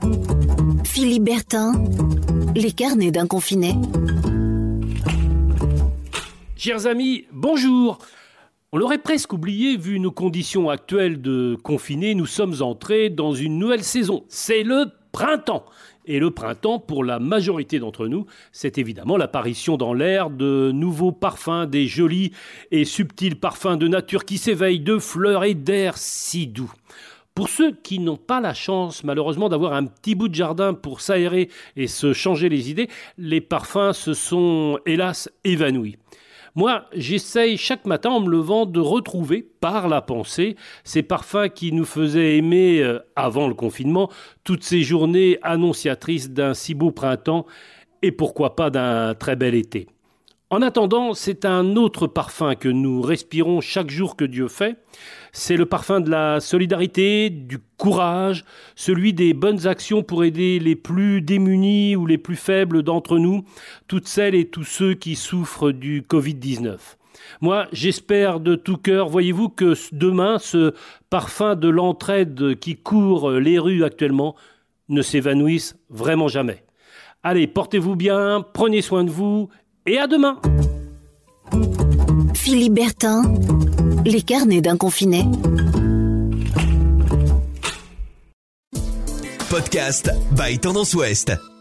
Philippe Bertin, les carnets d'un confiné. Chers amis, bonjour. On l'aurait presque oublié, vu nos conditions actuelles de confinés, nous sommes entrés dans une nouvelle saison. C'est le printemps. Et le printemps, pour la majorité d'entre nous, c'est évidemment l'apparition dans l'air de nouveaux parfums, des jolis et subtils parfums de nature qui s'éveillent, de fleurs et d'air si doux. Pour ceux qui n'ont pas la chance, malheureusement, d'avoir un petit bout de jardin pour s'aérer et se changer les idées, les parfums se sont, hélas, évanouis. Moi, j'essaye chaque matin en me levant de retrouver, par la pensée, ces parfums qui nous faisaient aimer, avant le confinement, toutes ces journées annonciatrices d'un si beau printemps et pourquoi pas d'un très bel été. En attendant, c'est un autre parfum que nous respirons chaque jour que Dieu fait. C'est le parfum de la solidarité, du courage, celui des bonnes actions pour aider les plus démunis ou les plus faibles d'entre nous, toutes celles et tous ceux qui souffrent du Covid-19. Moi, j'espère de tout cœur, voyez-vous, que demain, ce parfum de l'entraide qui court les rues actuellement ne s'évanouisse vraiment jamais. Allez, portez-vous bien, prenez soin de vous et à demain. Philippe Bertin, les carnets d'un confiné. Podcast by Tendance Ouest.